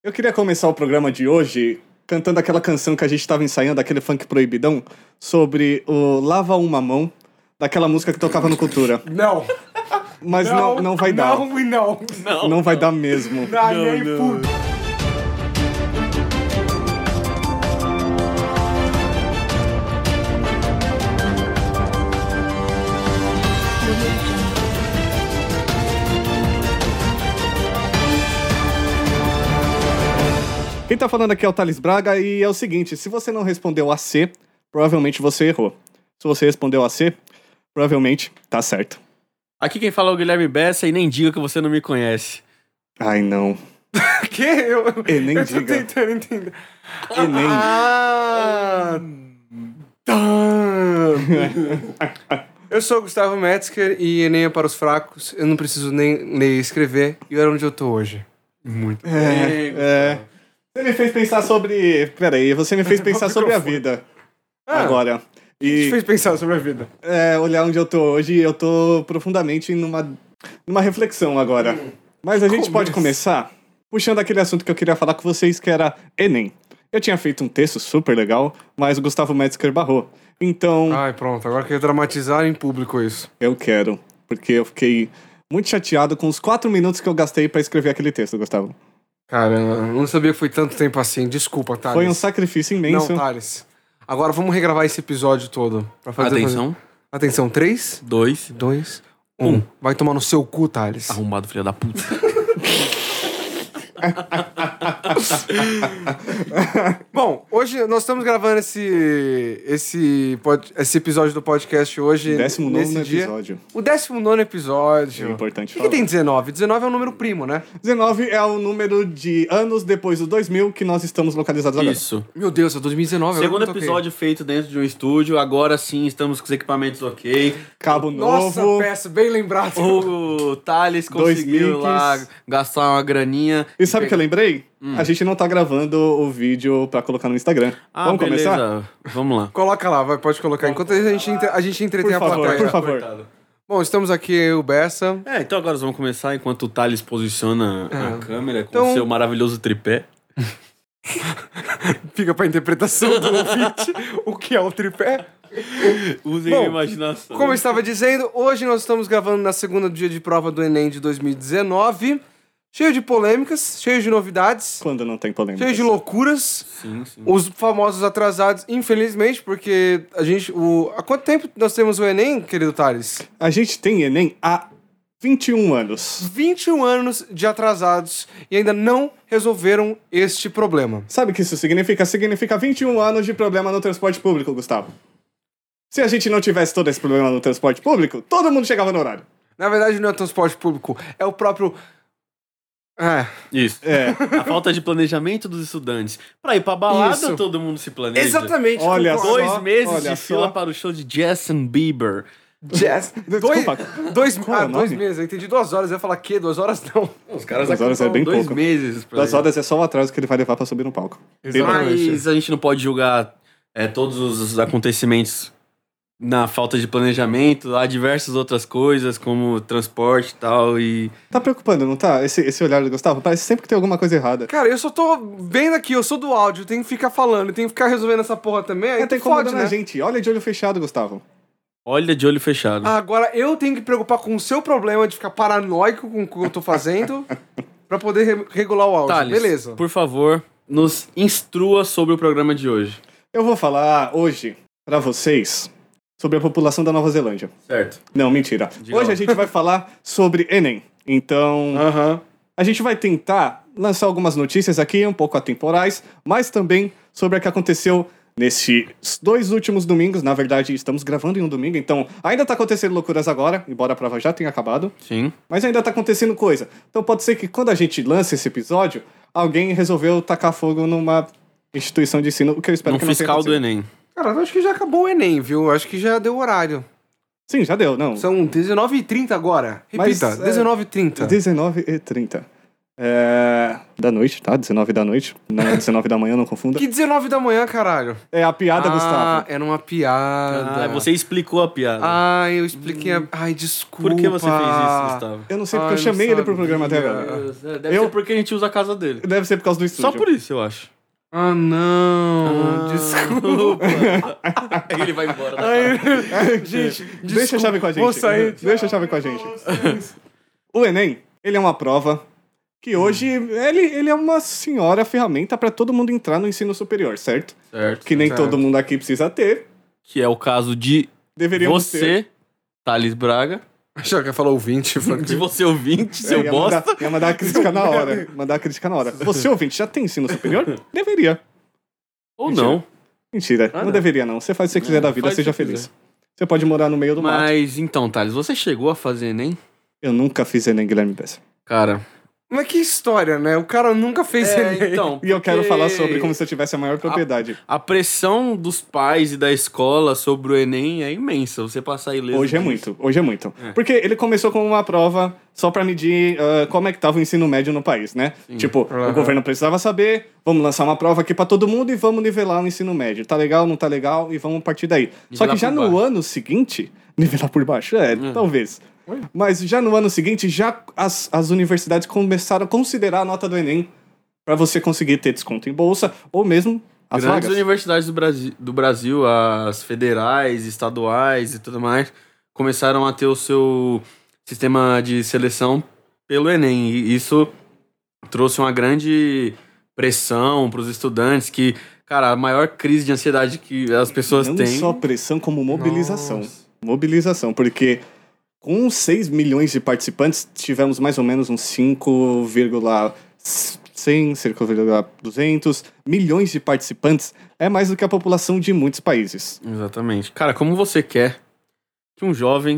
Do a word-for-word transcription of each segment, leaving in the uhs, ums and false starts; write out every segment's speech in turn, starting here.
Eu queria começar o programa de hoje cantando aquela canção que a gente estava ensaiando, aquele funk proibidão, sobre o Lava Uma Mão, daquela música que tocava no Cultura. Não. Mas não, não, não vai dar. Não e não. Não, não, não vai dar mesmo. Não, nem não. Quem tá falando aqui é o Thales Braga e é o seguinte, se você não respondeu a C, provavelmente você errou. Se você respondeu a C, provavelmente tá certo. Aqui quem fala é o Guilherme Bessa e nem diga que você não me conhece. Ai, não. Que? Eu, e nem eu diga. tô tentando entender. E nem. Ah, tá. Eu sou o Gustavo Metzger e Enem é para os fracos. Eu não preciso nem ler e escrever. E olha onde eu tô hoje. Muito é, bem. É. Você me fez pensar sobre... Peraí, você me fez pensar sobre a vida. Ah, agora. E... O que te fez pensar sobre a vida? É, olhar onde eu tô hoje, eu tô profundamente numa, numa reflexão agora. Hum. Mas a gente Começa. pode começar puxando aquele assunto que eu queria falar com vocês, que era Enem. Eu tinha feito um texto super legal, mas o Gustavo Metzger barrou. Então... Ai, pronto. Agora quer dramatizar em público isso. Eu quero, porque eu fiquei muito chateado com os quatro minutos que eu gastei pra escrever aquele texto, Gustavo. Cara, eu não sabia que foi tanto tempo assim. Desculpa, Thales. Foi um sacrifício imenso. Não, Thales. Agora vamos regravar esse episódio todo. Pra fazer Atenção. Fazer... Atenção, três, dois, dois, um. Vai tomar no seu cu, Thales. Arrombado, filho da puta. Bom, hoje nós estamos gravando esse esse, pod, esse episódio do podcast hoje. Décimo nono nesse dia. episódio. O décimo nono episódio. É importante falar. O que, que tem dezenove? dezenove é um número primo, né? dezenove é o número de anos depois do dois mil que nós estamos localizados agora. Isso. Meu Deus, é dois mil e dezenove. Segundo episódio feito dentro de um estúdio. Agora sim, estamos com os equipamentos ok. Cabo Nossa, novo. Nossa, peça, bem lembrado. O Thales conseguiu lá gastar uma graninha. E sabe o que eu lembrei? Hum. A gente não tá gravando o vídeo pra colocar no Instagram. Ah, Vamos beleza. começar? Vamos lá. Coloca lá, vai, pode colocar. Enquanto a gente, a gente entretém por a favor, plateia. Por favor, por favor. Bom, estamos aqui, o Bessa. É, então agora vamos começar enquanto o Thales posiciona é. a câmera com então... o seu maravilhoso tripé. Fica pra interpretação do ouvinte o que é o tripé. Usem Bom, a imaginação. Como eu estava dizendo, hoje nós estamos gravando na segunda dia de prova do Enem de dois mil e dezenove. Cheio de polêmicas, cheio de novidades. Quando não tem polêmicas. Cheio de loucuras. Sim, sim. Os famosos atrasados, infelizmente, porque a gente... O... Há quanto tempo nós temos o Enem, querido Thales? A gente tem Enem há vinte e um anos. vinte e um anos de atrasados e ainda não resolveram este problema. Sabe o que isso significa? Significa vinte e um anos de problema no transporte público, Gustavo. Se a gente não tivesse todo esse problema no transporte público, todo mundo chegava no horário. Na verdade, não é o transporte público, é o próprio... É. Isso. É. A falta de planejamento dos estudantes. Pra ir pra balada, Isso. todo mundo se planeja. Exatamente. Olha só. Dois meses olha de só. fila para o show de Justin Bieber. Jazz. Desculpa. Dois, dois, Qual é ah, o dois nome? meses. Eu entendi duas horas. Eu ia falar que? Duas horas não. Os caras Duas horas é bem dois pouco. meses. Pra Duas ir. horas é só o atraso que ele vai levar pra subir no palco. Mas a gente não pode julgar é, todos os acontecimentos na falta de planejamento. Há diversas outras coisas, como transporte e tal. E... Tá preocupando, não tá? Esse, esse olhar do Gustavo parece sempre que tem alguma coisa errada. Cara, eu só tô vendo aqui. Eu sou do áudio. Tenho que ficar falando. Tenho que ficar resolvendo essa porra também. Aí É, tá tu fode, incomodando né? a gente. Olha de olho fechado, Gustavo. Olha de olho fechado. Ah, agora eu tenho que preocupar com o seu problema de ficar paranoico com o que eu tô fazendo pra poder re- regular o áudio. Thales, Beleza. por favor, nos instrua sobre o programa de hoje. Eu vou falar hoje pra vocês sobre a população da Nova Zelândia. Certo. Não, mentira. Diga Hoje lá. a gente vai falar sobre Enem. Então, Aham. a gente vai tentar lançar algumas notícias aqui, um pouco atemporais, mas também sobre o que aconteceu nesses dois últimos domingos. Na verdade, estamos gravando em um domingo, então ainda tá acontecendo loucuras agora, embora a prova já tenha acabado. Sim. Mas ainda tá acontecendo coisa. Então pode ser que quando a gente lança esse episódio, alguém resolveu tacar fogo numa instituição de ensino, o que eu espero Um que não tenha fiscal do acontecido. Enem. Cara, eu acho que já acabou o Enem, viu? Acho que já deu horário. Sim, já deu, não. São dezenove e trinta agora. Repita, Mas, é, dezenove e trinta. dezenove e trinta. É... Da noite, tá? dezenove da noite. Não é dezenove da manhã, não confunda. Que dezenove da manhã, caralho? É a piada, ah, Gustavo. era uma piada. Ah, você explicou a piada. Ai, eu expliquei a... Ai, desculpa. Por que você fez isso, Gustavo? Eu não sei porque Ai, eu chamei não ele pro sabia. programa até agora. É, Deve Eu- ser porque a gente usa a casa dele. Deve ser por causa do estúdio. Só por isso, eu acho. Ah, não. Desculpa. Aí ele vai embora. Da Ai, casa. gente, Deixa a chave com a gente. Vou sair. Deixa a chave com a gente. O Enem, ele é uma prova que hoje ele, ele é uma senhora ferramenta para todo mundo entrar no ensino superior, certo? Certo. Que nem Certo. todo mundo aqui precisa ter. Que é o caso de Deveríamos ter. você, Thales Braga, Já que falou ouvinte, de você ouvinte, É, seu ia bosta. Mandar, ia mandar a crítica na hora. Mandar a crítica na hora. Você, ouvinte, já tem ensino superior? Deveria. Ou não. Mentira, Ah, não, não. deveria não. Você faz o que você quiser É, da vida, faz o que seja você feliz. Você pode morar no meio do mato. Mas então, Thales, você chegou a fazer Enem? Eu nunca fiz Enem, Guilherme Bessa. Cara. Mas que história, né? O cara nunca fez Enem. então. E eu quero porque falar sobre como se eu tivesse a maior propriedade. A pressão dos pais e da escola sobre o Enem é imensa. Você passar ileso. Hoje é disso. muito, hoje é muito. É. Porque ele começou com uma prova só pra medir ah, como é que tava o ensino médio no país, né? Tipo, Aham. o governo precisava saber, vamos lançar uma prova aqui pra todo mundo e vamos nivelar o ensino médio. Tá legal, não tá legal? E vamos partir daí. Só Nivelar que já por no baixo. ano seguinte, nivelar por baixo, é, talvez. Mas já no ano seguinte, já as, as universidades começaram a considerar a nota do Enem pra você conseguir ter desconto em bolsa ou mesmo as Grandes vagas. universidades do Brasil, do Brasil, as federais, estaduais e tudo mais, começaram a ter o seu sistema de seleção pelo Enem. E isso trouxe uma grande pressão para os estudantes que, cara, a maior crise de ansiedade que as pessoas Não têm... só pressão, como mobilização. Nossa. Mobilização, porque com seis milhões de participantes, tivemos mais ou menos uns cinco vírgula cem, cinco vírgula duzentos milhões de participantes. É mais do que a população de muitos países. Exatamente. Cara, como você quer que um jovem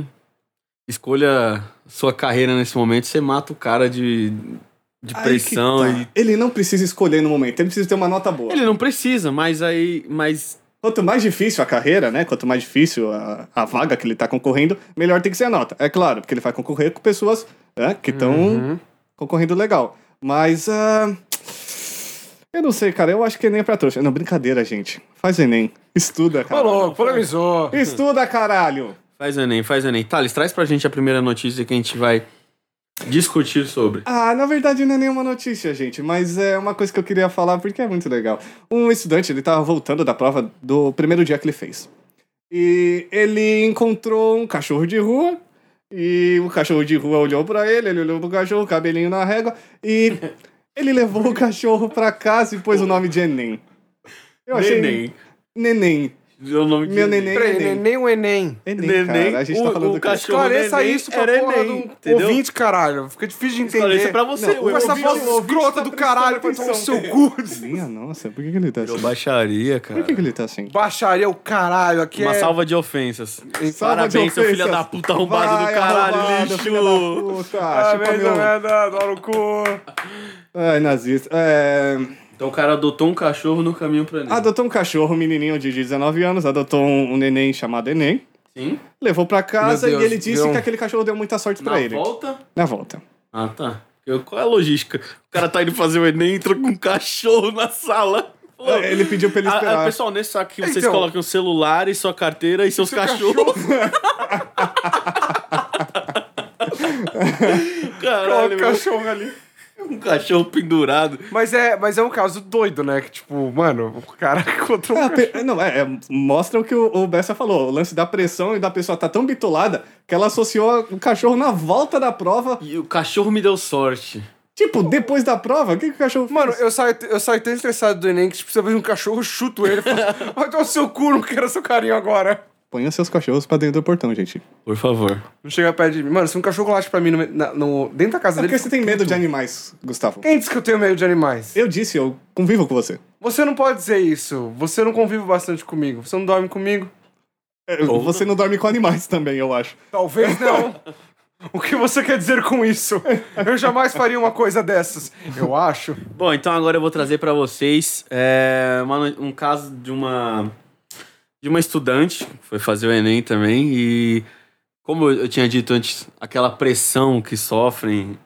escolha sua carreira nesse momento, você mata o cara de, de Aí pressão que tá. e... Ele não precisa escolher no momento, ele precisa ter uma nota boa. Ele não precisa, mas aí... Mas Quanto mais difícil a carreira, né? Quanto mais difícil a, a vaga que ele tá concorrendo, melhor tem que ser a nota. É claro, porque ele vai concorrer com pessoas né, que estão Uhum. concorrendo legal. Mas, ah, eu não sei, cara. Eu acho que Enem é pra trouxa. Não, brincadeira, gente. Faz Enem. Estuda, cara. Falou, polemizou. Estuda, caralho. faz o Enem, faz o Enem. Thales, traz pra gente a primeira notícia que a gente vai discutir sobre. Ah, na verdade não é nenhuma notícia, gente, mas é uma coisa que eu queria falar porque é muito legal. Um estudante, ele tava voltando da prova do primeiro dia que ele fez. E ele encontrou um cachorro de rua, e o cachorro de rua olhou pra ele, ele olhou pro cachorro, cabelinho na régua, e ele levou o cachorro pra casa e pôs o nome de Enem. Eu achei... Neném. Neném. O nome de Meu neném. Peraí, Enem. nem o Enem. Enem, Neném, cara. A gente o- tá falando o do cachorro- Esclareça neném isso pra era porra Enem, do entendeu? ouvinte, caralho. Fica difícil de entender. Esclareça pra você, Não, o com essa ouvinte- voz o ouvinte escrota tá do caralho pra prestando tomar o seu atenção. cu. Minha nossa, por que, que ele tá assim? Virou baixaria, cara. Por que, que ele tá assim? Baixaria o caralho. Aqui Uma é... salva de ofensas. Salva Parabéns, de seu filho ofensas. da puta arrombado Vai, do caralho, arrombado, lixo. filho da puta. Ah, Chupa merda, meu... merda, dá no cu. Ai, nazista. É... Então o cara adotou um cachorro no caminho pra Enem. Adotou um cachorro, um menininho de dezenove anos, adotou um, um neném chamado Enem, Sim. levou pra casa Meu e Deus, ele disse virou um- que aquele cachorro deu muita sorte pra Na ele. volta? Na volta. Ah, tá. Eu- Qual é a logística? O cara tá indo fazer o Enem e entra com um cachorro na sala. Pô, É, Ele pediu pra ele a- a- esperar. pessoal, nesse saco que vocês Então. colocam o celular e sua carteira e seus Seu cachorros. Caralho, Coloca o meu. cachorro ali. Um cachorro pendurado. Mas é, mas é um caso doido, né? Que, tipo, mano, o cara encontrou um Ah, cachorro. pe- não, é, é, mostra o que o, o Bessa falou. O lance da pressão e da pessoa tá tão bitolada que ela associou o cachorro na volta da prova. E o cachorro me deu sorte. Tipo, depois da prova, o que, que o cachorro fez? Mano, eu saio, eu saio tão estressado do Enem que, tipo, se eu vejo um cachorro, eu chuto ele. Falo, vai tomar seu cu, não quero seu carinho agora. Ponha seus cachorros pra dentro do portão, gente. Por favor. Não chega perto de mim. Mano, se um cachorro late pra mim no, na- no- dentro da casa É dele... porque você tem medo puto. de animais, Gustavo. Quem disse que eu tenho medo de animais? Eu disse, eu convivo com você. Você não pode dizer isso. Você não convive bastante comigo. Você não dorme comigo? É, Você não dorme com animais também, eu acho. Talvez não. O que você quer dizer com isso? Eu jamais faria uma coisa dessas. Eu acho. Bom, então agora eu vou trazer pra vocês é, uma no- um caso de uma de uma estudante que foi fazer o Enem também e como eu tinha dito antes, aquela pressão que sofrem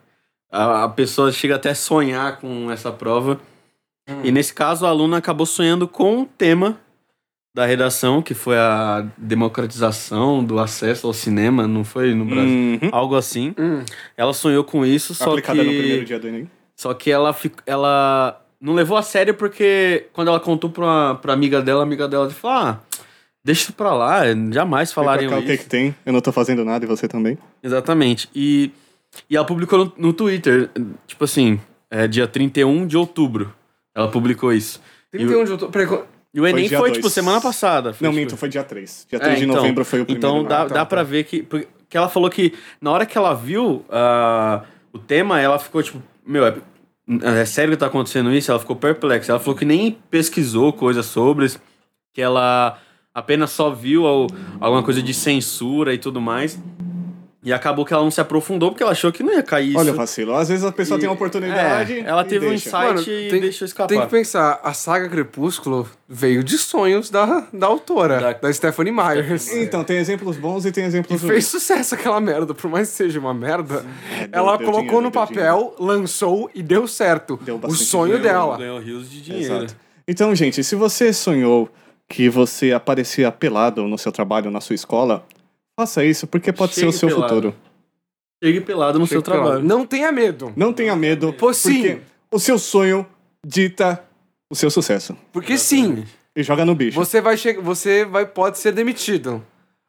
A, a pessoa chega até a sonhar com essa prova. Hum. E nesse caso, a aluna acabou sonhando com o tema da redação, que foi a democratização do acesso ao cinema, não foi no Brasil? Uhum. Algo assim. Hum. Ela sonhou com isso, só Aplicada que... no primeiro dia do Enem. Só que ela, fic... ela não levou a sério porque quando ela contou pra, uma... pra amiga dela, a amiga dela falou, ah, deixa isso pra lá, jamais falariam cá, isso. O que que tem? Eu não tô fazendo nada e você também. Exatamente. E, e ela publicou no, no Twitter, tipo assim, é dia trinta e um de outubro. Ela publicou isso. trinta e um de outubro. Peraí, E o Enem dia foi, dois. tipo, semana passada. Foi, Não, tipo... minto, foi dia três. Dia três É, de então, novembro foi o primeiro. Então dá, Ah, tá, dá tá. pra ver que... Porque ela falou que na hora que ela viu uh, o tema, ela ficou, tipo, meu, é, é sério que tá acontecendo isso? Ela ficou perplexa. Ela falou que nem pesquisou coisas sobre isso, que ela apenas só viu al- alguma coisa de censura e tudo mais. E acabou que ela não se aprofundou porque ela achou que não ia cair isso. Olha o vacilo. Às vezes a pessoa E- tem uma oportunidade. É, ela e teve um deixa. insight Mano, e tem- deixou escapar. Tem que pensar, a saga Crepúsculo veio de sonhos da, da autora, Da- da, Stephanie Myers. Então, tem exemplos bons e tem E exemplos fez ruins. sucesso aquela merda, por mais que seja uma merda, É, deu- ela deu colocou dinheiro, no deu papel, lançou e deu certo. Deu o bastante sonho dinheiro, dela. Ganhou rios de dinheiro. Exato. Então, gente, se você sonhou que você aparecia pelado no seu trabalho, na sua escola, faça isso, porque pode Chegue ser o seu pelado. futuro. Chegue pelado no seu trabalho. Não tenha medo. Não tenha medo, Pô, sim. porque o seu sonho dita o seu sucesso. Porque sim, E joga no bicho. você vai chegar, você vai pode ser demitido.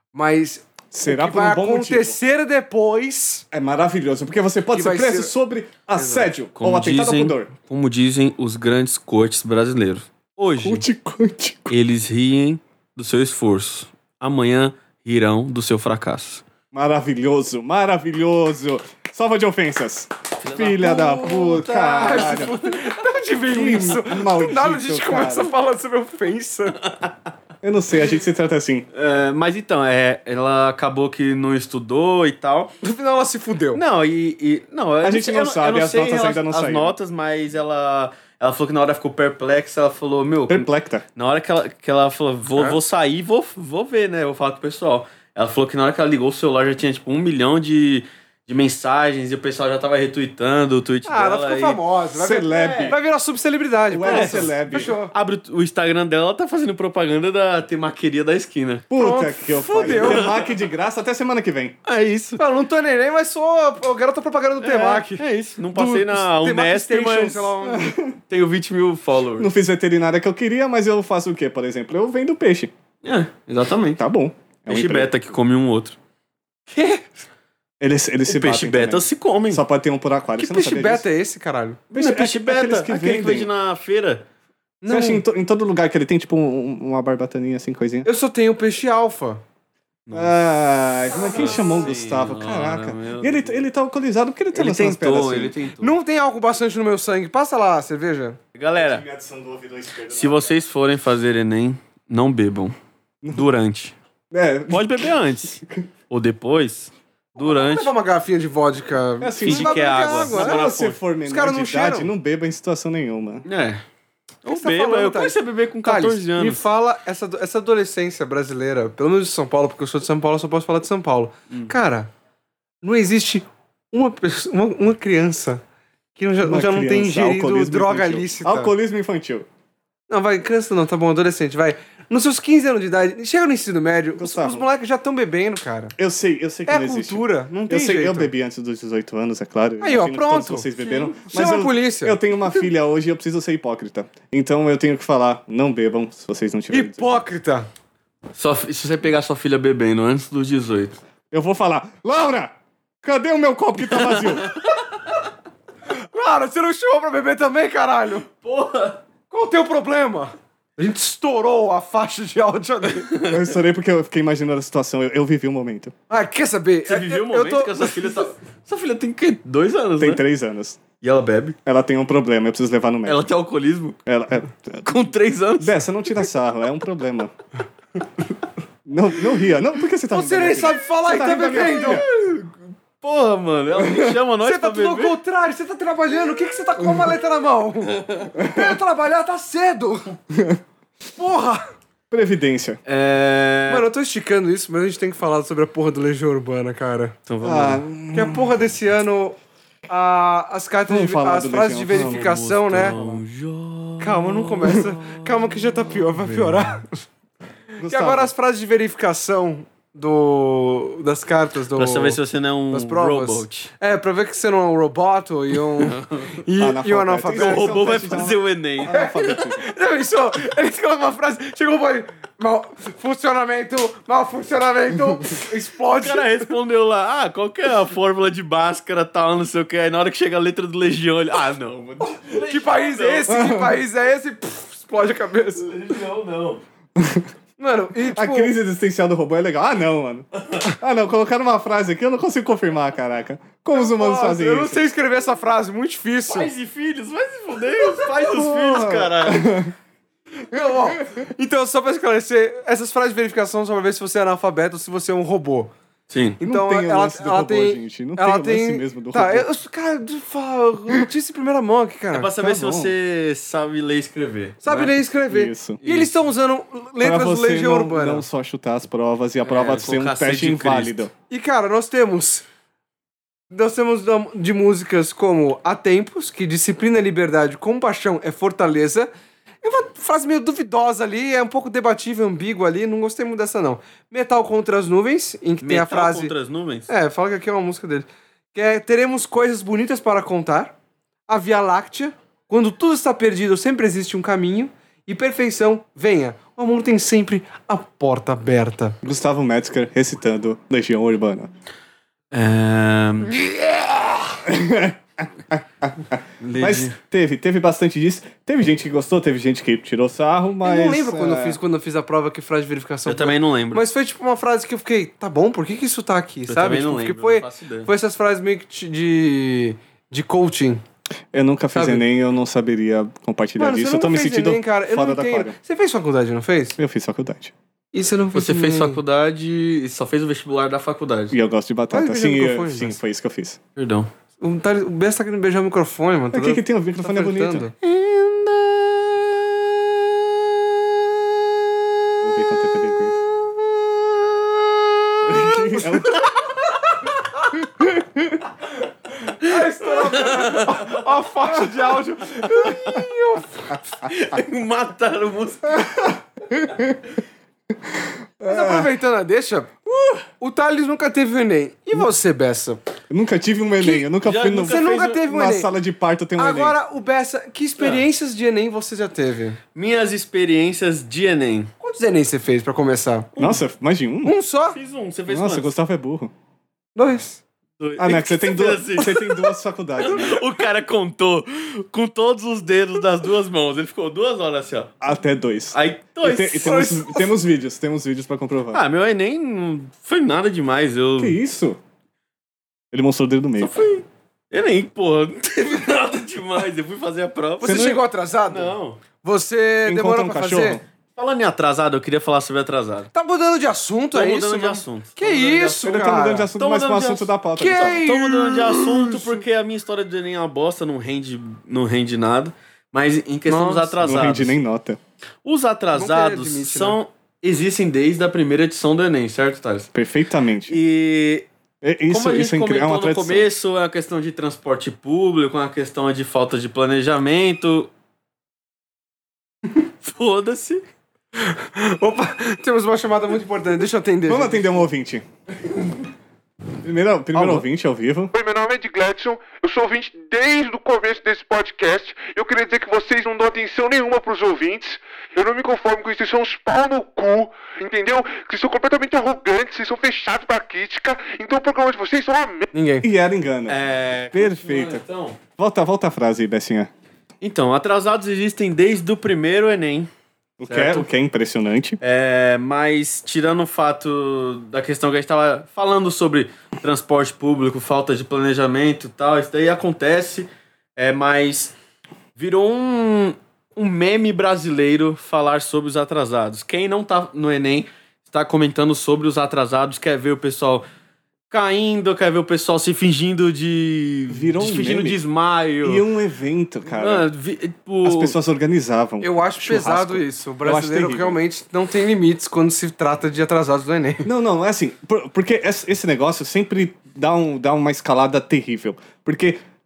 Mas Será o que por vai um bom motivo. acontecer depois, É maravilhoso, porque você pode Que ser vai preso ser- sobre assédio Como ou atentado ao dizem, pudor. como dizem os grandes coaches brasileiros. Hoje, Conte, conte. eles riem do seu esforço. Amanhã, rirão do seu fracasso. Maravilhoso, maravilhoso. Salva de ofensas. Filha da puta, caralho. de onde veio isso? Do maldito, nada a gente começa cara. a falar sobre ofensa. Eu não sei, a gente se trata assim. É, mas então, é, ela acabou que não estudou e tal. No final ela se fudeu. Não, e... e- não, eu A gente sei- não eu sabe, eu as sei notas ela- ainda não as saíram. notas, mas ela... Ela falou que na hora ficou perplexa, ela falou, meu... Perplecta. Na hora que ela, que ela falou, vou, É? vou sair, vou, vou ver, né? Vou falar com o pessoal. Ela falou que na hora que ela ligou o celular já tinha, tipo, um milhão de, de mensagens e o pessoal já tava retweetando o tweet Ah, dela. ela ficou e- famosa. Vai, Celeb. Vir, vai virar subcelebridade. Ué, pronto. celeb. Fechou. Abre o, o Instagram dela, ela tá fazendo propaganda da temaqueria da esquina. Puta Pronto, que eu fudeu. falei. Temaki de graça até semana que vem. É isso. Eu não tô neném, mas sou a garota propaganda do Temac. É, é isso. Não passei na Do Temac Unesp, Station, mas sei lá onde. tenho vinte mil followers. Não fiz veterinária que eu queria, mas eu faço o quê, por exemplo? Eu vendo peixe. É, exatamente. Tá bom. É um Peixe emprego. beta que come um outro. Eles, eles se O peixe batem beta também. se comem. Só pode ter um por aquário. Que Você peixe não sabia beta disso? é esse, caralho? Não é peixe é- beta, aqueles que aquele que vendem. vende na feira. Você acha em, to- em todo lugar que ele tem, tipo, um- uma barbataninha assim, coisinha? Eu só tenho peixe alfa. Ai, mas quem Nossa chamou o Gustavo? Senhora, Caraca. meu E ele, ele tá alcoolizado porque ele tá Ele lançando as piadas tentou, assim. ele tentou. Não tem álcool bastante no meu sangue. Passa lá a cerveja. Galera, se vocês forem fazer Enem, não bebam. Durante. É, Pode beber antes. Ou depois. Vamos Durante. levar uma garrafinha de vodka. É assim, Finge Não dá que é pra beber água. se Água na você fonte. for Os menor caras de não idade, cheiram. não beba em situação nenhuma. É. Não você tá beba. falando, Eu Thales? comecei a beber com Thales, catorze me anos. fala essa, essa adolescência brasileira, pelo menos de São Paulo, porque eu sou de São Paulo, eu só posso falar de São Paulo. Hum. Cara, não existe uma, pessoa- uma, uma criança que já, Uma já não tem criança, ingerido alcoolismo droga infantil. lícita. Alcoolismo infantil. Não, vai, criança não, tá bom, adolescente, vai. Nos seus quinze anos de idade, chega no ensino médio, os, Gustavo. os moleques já estão bebendo, cara. Eu sei, eu sei que É não a existe. cultura, não tem Eu sei, jeito. eu bebi antes dos dezoito anos, é claro. Aí, ó, Imagino que pronto. Todos vocês beberam. Mas Chama eu, a polícia. eu tenho uma filha hoje e eu preciso ser hipócrita. Então eu tenho que falar, não bebam se vocês não tiverem dezoito. Hipócrita. Só, se você pegar sua filha bebendo antes dos dezoito. Eu vou falar, Laura, cadê o meu copo que tá vazio? Cara, você não chamou pra beber também, caralho? Porra! Qual o teu problema? A gente estourou a faixa de áudio ali. Eu estourei porque eu fiquei imaginando a situação. Eu, eu vivi o momento. Ah, quer saber? Você Eu- viveu o eu momento tô- que a sua filha tá... Sua filha tem o quê? Dois anos, Tem né? três anos. E ela bebe? Ela tem um problema, eu preciso levar no médico. Ela tem alcoolismo? Ela, é, Com três anos? Dessa, não tira sarro, é um problema. Não, não ria. Não, por que você tá Você rindo da nem minha sabe falar Você e tá tá rindo da minha bebendo. filha? Porra, mano. Ela nem chama nós Você tá pra tudo ao beber. contrário, você tá trabalhando, o que, que você tá com a maleta na mão? Pra trabalhar tá cedo. Porra! Previdência. É... Mano, eu tô esticando isso, mas a gente tem que falar sobre a porra do Legião Urbana, cara. Então vamos Ah, lá. Que a porra desse ano a, as cartas, Vamos de, falar as do frases de Legião. verificação, né? Vamos, Calma, não começa. Calma que já tá pior, vai piorar. E Gustavo, agora as frases de verificação do, das cartas do... Pra saber se você não é um das provas. robot. É, pra ver que você não é um roboto e um... e, e um Analfabeto. analfabeto. O Esse é um robô vai teste de fazer o Enem. analfabetismo. Não, isso, ele escreveu uma frase, chegou o boy, mal funcionamento, mal funcionamento, explode. O cara respondeu lá, ah, qual que é a fórmula de Bhaskara, tal, não sei o que. Aí na hora que chega a letra do Legião, ele, ah, não, mano. Que país é esse? Que país é esse? Pff, explode a cabeça. Legião, não. Mano, e tipo... A crise existencial do robô é legal. Ah, não, mano. Ah, não, colocaram uma frase aqui, eu não consigo confirmar, caraca. Como os humanos Nossa, fazem eu isso? não sei escrever essa frase, muito difícil. Pais e filhos, vai se fuder, os pais dos filhos, caralho. Não, ó, então, só pra esclarecer, essas frases de verificação são pra ver se você é analfabeto ou se você é um robô. Sim. Então, não tem o ela, lance do ela robô, tem... gente. Não ela tem o lance tem... mesmo do tá, robô. eu, cara, fala, notícia em primeira mão aqui, cara. É pra saber Tá se bom. você sabe ler e escrever. Sabe né? ler e escrever. Isso. E eles estão usando letras Pra do você Legião não, Urbana. não só chutar as provas e a prova ser um colocar teste sede de inválido. E, cara, nós temos... Nós temos da- de músicas como Há Tempos, que disciplina é liberdade, compaixão é fortaleza. É uma frase meio duvidosa ali, é um pouco debatível, ambígua ali, não gostei muito dessa não. Metal contra as nuvens, em que tem a Metal frase... contra as nuvens? É, fala que aqui é uma música dele. Que é Teremos coisas bonitas para contar. A Via Láctea. Quando tudo está perdido, sempre existe um caminho. E perfeição, venha. O amor tem sempre a porta aberta. Gustavo Metzger recitando Legião Urbana. É... Mas teve, teve bastante disso. Teve gente que gostou, teve gente que tirou sarro, mas... eu não lembro quando, eu é, fiz, quando eu fiz a prova que frase de verificação. Eu também não lembro. Mas foi tipo uma frase que eu fiquei, tá bom, por que que isso tá aqui, Eu sabe? também não Tipo, lembro, porque foi, não faço ideia. foi essas frases meio que de- de, de coaching. Eu nunca fiz Sabe? Enem, eu não saberia compartilhar Mano, disso. você Eu tô nunca me fez sentindo Enem, cara. Eu fora não da entendo. quadra. Você fez faculdade, não fez? Eu fiz faculdade. E você não fez Você fez Enem? faculdade e só fez o vestibular da faculdade. E eu gosto de batata. Vai Sim, beijar o eu- microfone, sim, Bessa. foi isso que eu fiz. Perdão. O, tá, o Bessa tá querendo beijar o microfone, mano. O que que tem? O microfone é bonito. flertando. Vamos ver quanto tempo ele aguenta. Ah, estourou. Ó a faixa de áudio. Mataram o músico. Mas aproveitando a deixa, o Thales nunca teve o Enem. E você, Bessa? Eu nunca tive um Enem, eu nunca já fui no, nunca Você nunca fez teve um na Enem. sala de parto tem um Enem. Agora, o Bessa, que experiências de Enem você já teve? Minhas experiências de Enem. Quantos Enem você fez pra começar? Nossa, mais de um? Um só? Fiz um, você fez Nossa, quantos? Gustavo é burro. Dois. Dois. Ah, não, é que você tem, fez duas, assim? você tem duas faculdades. Né? O cara contou com todos os dedos das duas mãos. Ele ficou duas horas assim, ó. Até dois. Aí, E, dois. te- e temos, temos vídeos, temos vídeos pra comprovar. Ah, meu Enem não foi nada demais. Eu... Que isso? Ele mostrou o dedo do meio. Foi Enem, porra. Não teve nada demais. Eu fui fazer a prova. Você, não- chegou atrasado? Não. Você Encontra demorou um pra cachorro? fazer? Falando em atrasado, eu queria falar sobre atrasado. Tá mudando de assunto, Tô é mudando isso? de mano? assunto. Que Tô mudando de isso, Ele cara? tá mudando de assunto, Tô mas com o mudando de assunto assunto. da pauta. Que pessoal. Tô mudando de isso? assunto porque a minha história do Enem é uma bosta, não rende, não rende nada. Mas em questão Nossa, dos atrasados. Não rende nem nota. Os atrasados Nunca admite, são. Existem desde a primeira edição do Enem, certo, Thales? Perfeitamente. E E- Isso, como a gente isso é incrível, é comentou uma no tradição. começo, é a questão de transporte público, é a questão de falta de planejamento. Foda-se. Opa, temos uma chamada muito importante, deixa eu atender. Vamos gente. atender um ouvinte. Primeiro, primeiro Alô? ouvinte ao vivo. Oi, meu nome é Ed Gladson, eu sou ouvinte desde o começo desse podcast. Eu queria dizer que vocês não dão atenção nenhuma pros ouvintes. Eu não me conformo com isso, vocês são uns pau no cu, entendeu? Vocês são completamente arrogantes, vocês são fechados pra crítica. Então o programa de vocês são uma merda. Ninguém. E era engano. É. Perfeito. Então, Volta, volta a frase aí, Bessinha. então, atrasados existem desde o primeiro Enem. O que, é, Certo. o que é impressionante. É, mas tirando o fato da questão que a gente estava falando sobre transporte público, falta de planejamento e tal, isso daí acontece, é, mas virou um, um meme brasileiro falar sobre os atrasados. Quem não tá no Enem está comentando sobre os atrasados, quer ver o pessoal caindo, quer ver o pessoal se fingindo de... Virou um se fingindo meme. de desmaio. E um evento, cara. Ah, vi- tipo, As pessoas organizavam. Eu acho Churrasco. pesado isso. O acho brasileiro terrível. realmente não tem limites quando se trata de atrasados do Enem. Não, não, é assim. por- Porque esse esse negócio sempre dá, um, dá uma escalada terrível. Porque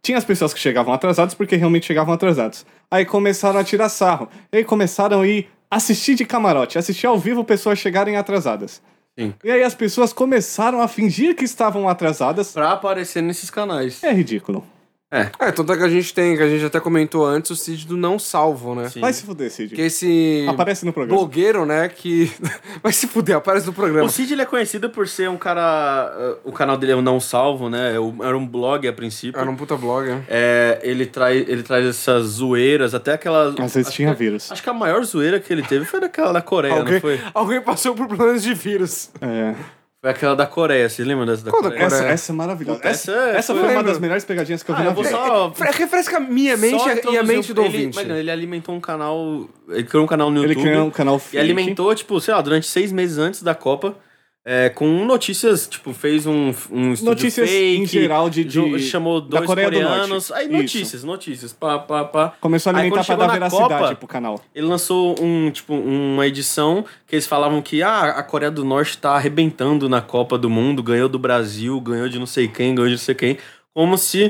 Tinha as pessoas que chegavam atrasadas porque realmente chegavam atrasados. Aí começaram a tirar sarro. E aí começaram a ir assistir de camarote, assistir ao vivo pessoas chegarem atrasadas. Sim. E aí as pessoas começaram a fingir que estavam atrasadas. Pra aparecer nesses canais. É ridículo. É. É, tanto é que a gente tem, que a gente até comentou antes, o Cid do Não Salvo, né? Sim. Vai se fuder, Cid. Que esse Aparece no programa. blogueiro, né, que... Vai se fuder, aparece no programa. O Cid ele é conhecido por ser um cara... uh, O canal dele é o Não Salvo, né? É o- Era um blog a princípio. Era um puta blog, né? É, ele, traz, ele traz essas zoeiras, até aquela... Às vezes acho tinha que- vírus. Acho que a maior zoeira que ele teve foi daquela da Coreia, Alguém, não foi? alguém passou por problemas de vírus. É. Foi aquela da Coreia, você lembra dessa da Qual da Coreia? Essa, Coreia? essa é maravilhosa. Puta, essa essa é- essa eu foi uma lembro. das melhores pegadinhas que eu vi Ah, na eu vou vida. só... Fre- Refresca minha mente só e a introduzir mente do ele, ouvinte. Imagina, ele alimentou um canal... Ele criou um canal no Ele YouTube. criou um canal E fake. alimentou, tipo, sei lá, durante seis meses antes da Copa, é, com notícias, tipo, fez um, um estúdio Notícias fake, em geral de- de- jo- chamou da dois Coreia do coreanos, Norte. aí Isso. notícias, notícias, pá, pá, pá. Começou a Aí, alimentar quando pra chegou dar na veracidade Copa, pro canal. Ele lançou um, tipo, uma edição que eles falavam que ah, a Coreia do Norte tá arrebentando na Copa do Mundo, ganhou do Brasil, ganhou de não sei quem, ganhou de não sei quem, como se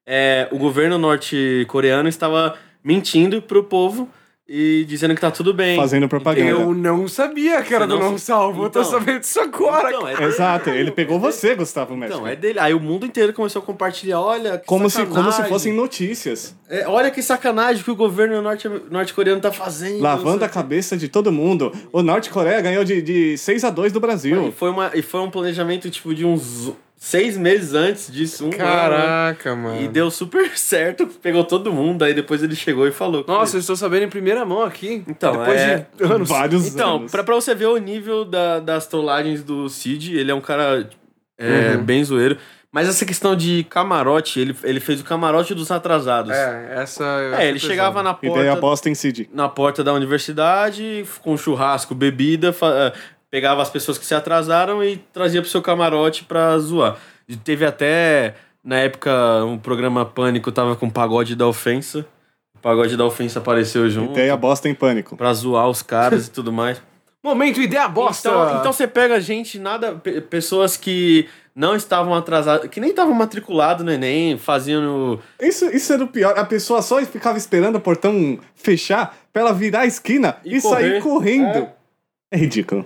é, o governo norte-coreano estava mentindo pro povo e dizendo que tá tudo bem. Fazendo propaganda. Eu não sabia que era Você do não Não sa- Salvo. Eu tô Então. sabendo disso agora. Então, é Exato, ele pegou você, Gustavo Mestre. Então, é dele. Aí o mundo inteiro começou a compartilhar, olha, que como, se, como se sacanagem. fossem notícias. É, olha que sacanagem que o governo norte- norte-coreano tá fazendo. Lavando não sei a cabeça de todo mundo. O Norte-Coreia ganhou de, de seis a dois do o quê. E Brasil. foi, uma, e foi um planejamento, tipo, de uns seis meses antes disso. Um ano, Caraca, né? mano. E deu super certo, pegou todo mundo, aí depois ele chegou e falou. que- Nossa, eu estou sabendo em primeira mão aqui. Então, Depois é- de anos. Vários Então, anos. pra, pra você ver o nível da- das trollagens do Cid, ele é um cara é, Uhum. bem zoeiro. Mas essa questão de camarote, ele, ele fez o camarote dos atrasados. É, essa... eu É, achei ele chegava pesado. na Ideia porta, bosta em Cid. na porta da universidade, com churrasco, bebida, fa- eh, pegava as pessoas que se atrasaram e trazia pro seu camarote pra zoar. E teve até, na época, um programa Pânico tava com o Pagode da Ofensa. O Pagode da Ofensa apareceu junto Ideia bosta em pânico. pra zoar os caras e tudo mais. Momento, ideia bosta! Então, então você pega gente, nada, pe- pessoas que não estavam atrasadas, que nem estavam matriculados no Enem, faziam no... Isso, isso era o pior. A pessoa só ficava esperando o portão fechar pra ela virar a esquina e, E sair correr. correndo. É. ridículo.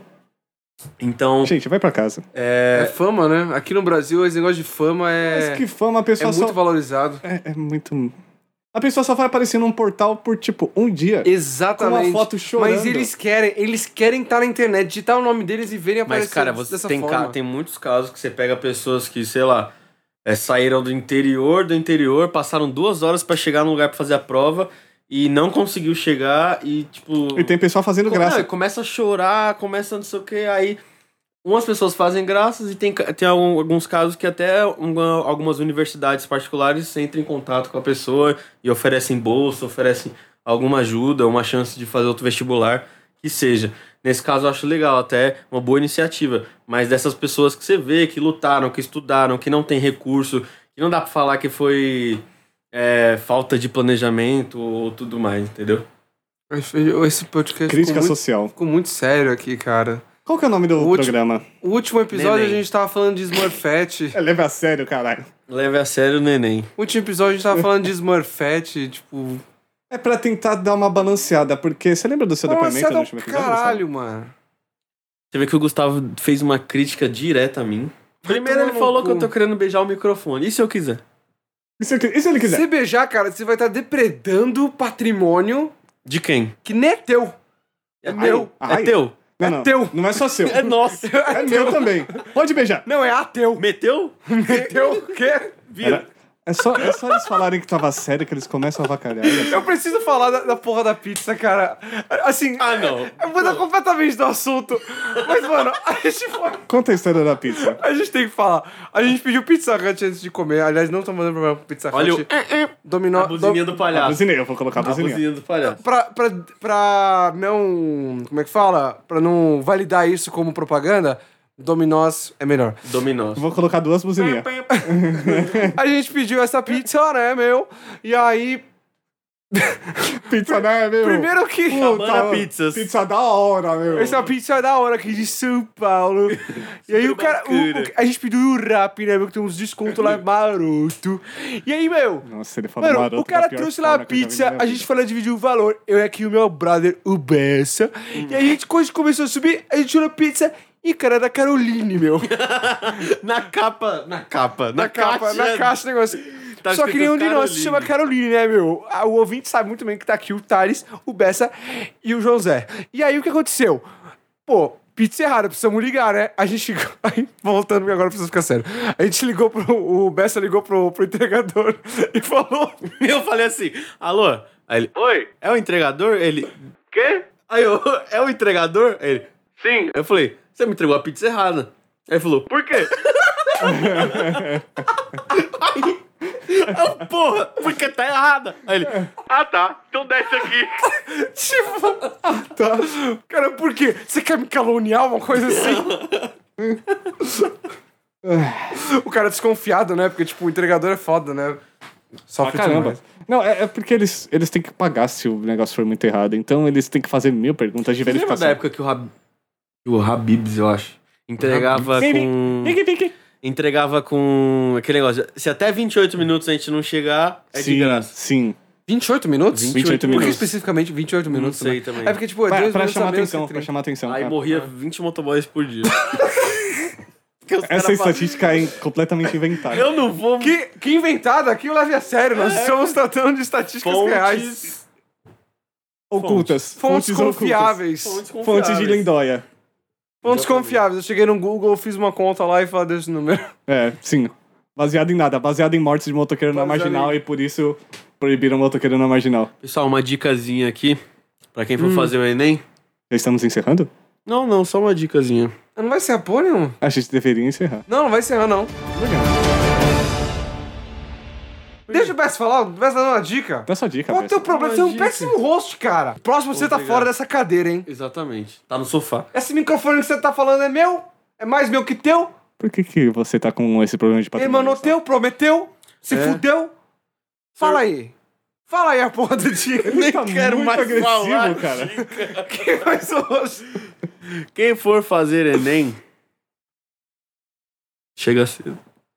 Então, Gente, vai pra casa. É fama, né? Aqui no Brasil, esse negócio de fama é... Mas que fama, a É pessoa muito só... valorizado. É, é muito... A pessoa só vai aparecer num portal por, tipo, um dia. Exatamente. Com uma foto chorando. Mas eles querem, eles querem estar na internet, digitar o nome deles e verem aparecer mas cara, você dessa tem, forma. ca- tem muitos casos que você pega pessoas que, sei lá, é, saíram do interior do interior, passaram duas horas pra chegar no lugar pra fazer a prova e não conseguiu chegar e, tipo... E tem pessoal fazendo Co- graça. não, e começa a chorar, começa não sei o que, aí umas pessoas fazem graças e tem, ca- tem algum- alguns casos que até uma- algumas universidades particulares entram em contato com a pessoa e oferecem bolsa, oferecem alguma ajuda, uma chance de fazer outro vestibular, que seja. Nesse caso eu acho legal, até uma boa iniciativa, mas dessas pessoas que você vê, que lutaram, que estudaram, que não tem recurso, que não dá pra falar que foi é, falta de planejamento ou tudo mais, entendeu? Esse podcast Crítica ficou muito, social. ficou muito sério aqui, cara. Qual que é o nome do O último- programa? O último episódio Neném. a gente tava falando de Smurfette. É, leve a sério, caralho. Leve a sério o neném. O último episódio a gente tava falando de Smurfette, tipo... É pra tentar dar uma balanceada, porque você lembra do seu depoimento Nossa, no último episódio? caralho, mano. Você vê que o Gustavo fez uma crítica direta a mim. Primeiro tomar ele no falou cu. que eu tô querendo beijar o microfone. E se eu quiser? E se, e se ele quiser? Se beijar, cara, você vai estar depredando patrimônio De quem? que nem é teu. É Ai, meu. Ai. É teu? Não, é não, teu. Não é só seu. É nosso. É meu também. Pode beijar. Não, é ateu. Meteu? Meteu o quê? Vira. É só, é só eles falarem que tava sério que eles começam a avacalhar. Eu preciso falar da, da porra da pizza, cara. Assim, Ah, não. eu vou dar completamente do assunto. Mas, mano, a gente foi... Conta a história da pizza. A gente tem que falar. A gente pediu Pizza Hut antes de comer. Aliás, não tô mandando problema pro Pizza Hut. Olha o... Dominó... A buzininha do A palhaço. buzininha, eu vou colocar a A buzininha. buzininha do palhaço. Pra, pra, pra não... Como é que fala? Pra não validar isso como propaganda, Dominós é melhor. Dominós. Eu vou colocar duas buzininhas. A gente pediu essa pizza, né, meu? E aí... Pizza, né, meu? Primeiro que... Cabana Pizzas. Pizza da hora, meu. Essa pizza é da hora aqui de São Paulo. E aí o cara... o- o- a gente pediu o rap, né, meu? Que tem uns descontos lá maroto. E aí, meu... Nossa, ele falou Mano, maroto o cara da pior trouxe lá a forma que eu já vi pizza, na minha a gente vida. falou dividir o valor. Eu e aqui o meu brother, o Bessa. E aí, a gente, quando a gente começou a subir, a gente tirou a pizza e, cara, da Caroline, meu. Na capa. Na capa. Na, Na capa, caixa. na caixa, negócio. Tá Só que escrito nenhum de nós Caroline. se chama Caroline, né, meu? Ah, o ouvinte sabe muito bem que tá aqui o Thales, o Bessa e o José. E aí, o que aconteceu? Pô, pizza errada, precisamos ligar, né? A gente... Aí, voltando, porque agora precisa ficar sério. A gente ligou pro... O Bessa ligou pro, pro entregador e falou... Eu falei assim, alô? Aí ele, oi, é o entregador? Ele, quê? Aí eu, é o entregador? Aí ele, sim. Eu falei, você me entregou a pizza errada. Aí ele falou, por quê? Aí, eu, porra, porque tá errada. Aí ele, ah tá, então desce aqui. Tipo... Tá. Cara, por quê? Você quer me caluniar, uma coisa assim? O cara desconfiado, né? Porque, tipo, o entregador é foda, né? Só Ah, caramba. Não, é, é porque eles, eles têm que pagar se o negócio for muito errado. Então eles têm que fazer mil perguntas de Você lembra verificação. da época que o, Hab... o Habibs, eu acho, entregava com... Pique, pique. Entregava com aquele negócio, se até vinte e oito minutos a gente não chegar, é Sim, de graça. sim. vinte e oito minutos? vinte e oito Por que minutos. especificamente vinte e oito minutos? sei né? também. É porque, tipo, é Pra, dois pra minutos chamar a menos atenção, que pra trinta. chamar atenção. Aí é. morria vinte motoboys por dia. Porque os Essa caras falam, estatística é completamente inventada. eu não vou... Que, que inventado, aqui eu leve a sério. Nós estamos tratando de estatísticas reais. Fontes... Ocultas. Fontes, ocultas. confiáveis. Fontes Fontes confiáveis. de Lindóia. Fontes confiáveis. Eu cheguei no Google, fiz uma conta lá e falei desse número. É, sim. Baseado em nada. Baseado em mortes de motoqueiro na Baseado marginal em- e por isso proibiram o motoqueiro na marginal. Pessoal, uma dicasinha aqui, pra quem for fazer o Enem. Já estamos encerrando? Não, não, só uma dicasinha. Não vai ser a porra nenhuma. A gente deveria encerrar. Não, não vai encerrar, não. Deixa o Bess falar, o Bess dando uma dica. Dá sua dica, Qual é o teu Bessa. problema? Você é um dica. péssimo host, cara. Próximo você tá Obrigado. fora dessa cadeira, hein? Exatamente. Tá no sofá. Esse microfone que você tá falando é meu? É mais meu que teu? Por que, que você tá com esse problema de patrimônio? Emanou teu, prometeu, se É. fudeu. Fala aí. Fala aí a porra do dia. Ele tá quero muito mais agressivo, falar. cara. Quem mais hoje? Quem for fazer Enem, chega cedo.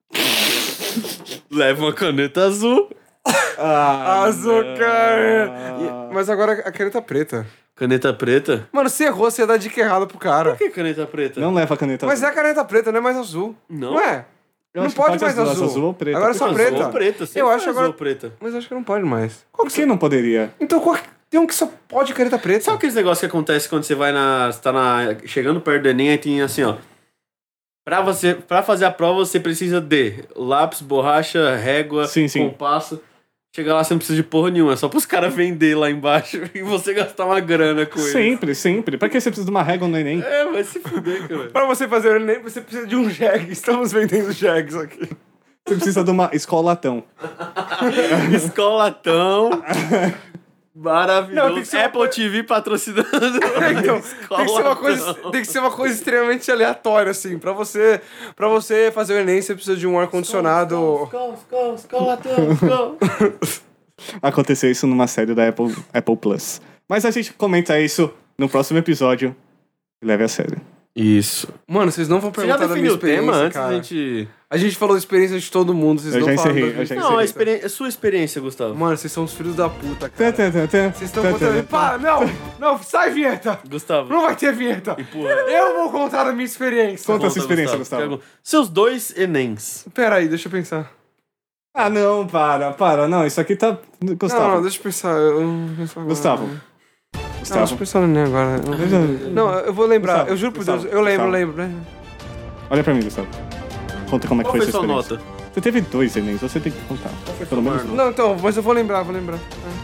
Leva uma caneta azul. Ah, Açúcar. não. Mas agora a caneta preta. Caneta preta? Mano, você errou, você ia dar dica errada pro cara. Por que caneta preta? Não leva a caneta Mas é azul. a caneta preta, não é mais azul. Não? Não é? Eu Não acho que pode pode mais as duas, azul. azul ou preta. Agora é só Azul preta. ou preta? Sempre Eu foi acho azul agora- ou preta. Mas acho que não pode mais. Por que não poderia? Então qual- tem um que só pode caneta preta. Sabe aqueles negócios que acontece quando você vai na... Você tá na, chegando perto do Enem e tem assim, ó. Pra, você, pra fazer a prova, você precisa de lápis, borracha, régua, Sim, sim. compasso. Chegar lá, você não precisa de porra nenhuma. É só pros caras vender lá embaixo e você gastar uma grana com ele. Sempre, sempre. Pra que você precisa de uma régua no Enem? É, vai se fuder, cara. Pra você fazer o Enem, você precisa de um jegue. Estamos vendendo jegues aqui. Você precisa de uma escolatão. Escolatão. Maravilhoso. Não, tem que ser uma Apple T V patrocinando. Então, tem que, ser uma coisa, tem que ser uma coisa extremamente aleatória, assim. Pra você, pra você fazer o Enem, você precisa de um ar-condicionado. Escola, escola, escolatão, escola. Aconteceu isso numa série da Apple, Apple Plus. Mas a gente comenta isso no próximo episódio. Leve a sério. Isso. Mano, vocês não vão Você já perguntar da minha definiu o tema experiência, antes cara. da gente... A gente falou da experiência de todo mundo, vocês Eu não já falaram encerrei, da eu já minha Não, a, experiência. experi... a sua experiência, Gustavo. Mano, vocês são os filhos da puta, Tã, cara. tã, tã, tã. Vocês estão Tã, contando... tã, Pá, não, não, sai vinheta. Gustavo. Não vai ter vinheta. Porra. Eu vou contar a minha experiência. Conta a sua experiência, Gustavo. Seus dois Enems. Pera aí, deixa eu pensar. Ah, não, para, para. Não, isso aqui tá... Gustavo. Não, não, deixa eu pensar. Eu não vou pensar agora. Gustavo. Não, deixa eu Gustavo. pensar no Enem agora. Eu- Não, eu vou lembrar. Gustavo, eu juro por Gustavo, Deus. Eu lembro, eu Gustavo. lembro. né? Olha pra mim, Gustavo. Conta como é que Qual foi foi sua sua experiência. nota? Você teve dois Enems, você tem que contar. foi Pelo sua menos marca? um. Não, então, mas eu vou lembrar, vou lembrar.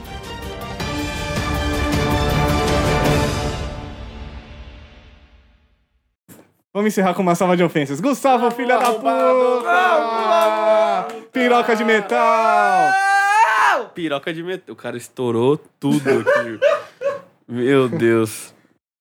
Vamos encerrar com uma salva de ofensas. Gustavo, filha da puta! Piroca de metal! Piroca de metal. O cara estourou tudo aqui. Meu Deus.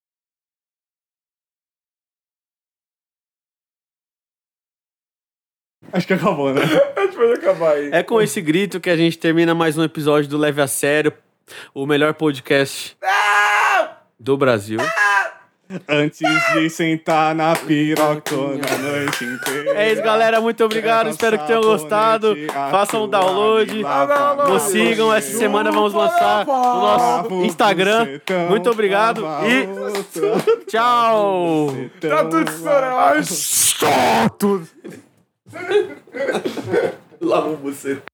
Acho que acabou, né? A gente pode acabar aí. É com esse grito que a gente termina mais um episódio do Leve a Sério. o melhor podcast do Brasil. Antes de sentar na pirocona a noite inteira. É isso, galera. Muito obrigado. Espero que tenham gostado. Façam um download. Nos sigam. Essa semana vamos lançar o nosso Instagram. Muito obrigado e tchau. Tá tudo estourado. Lava você.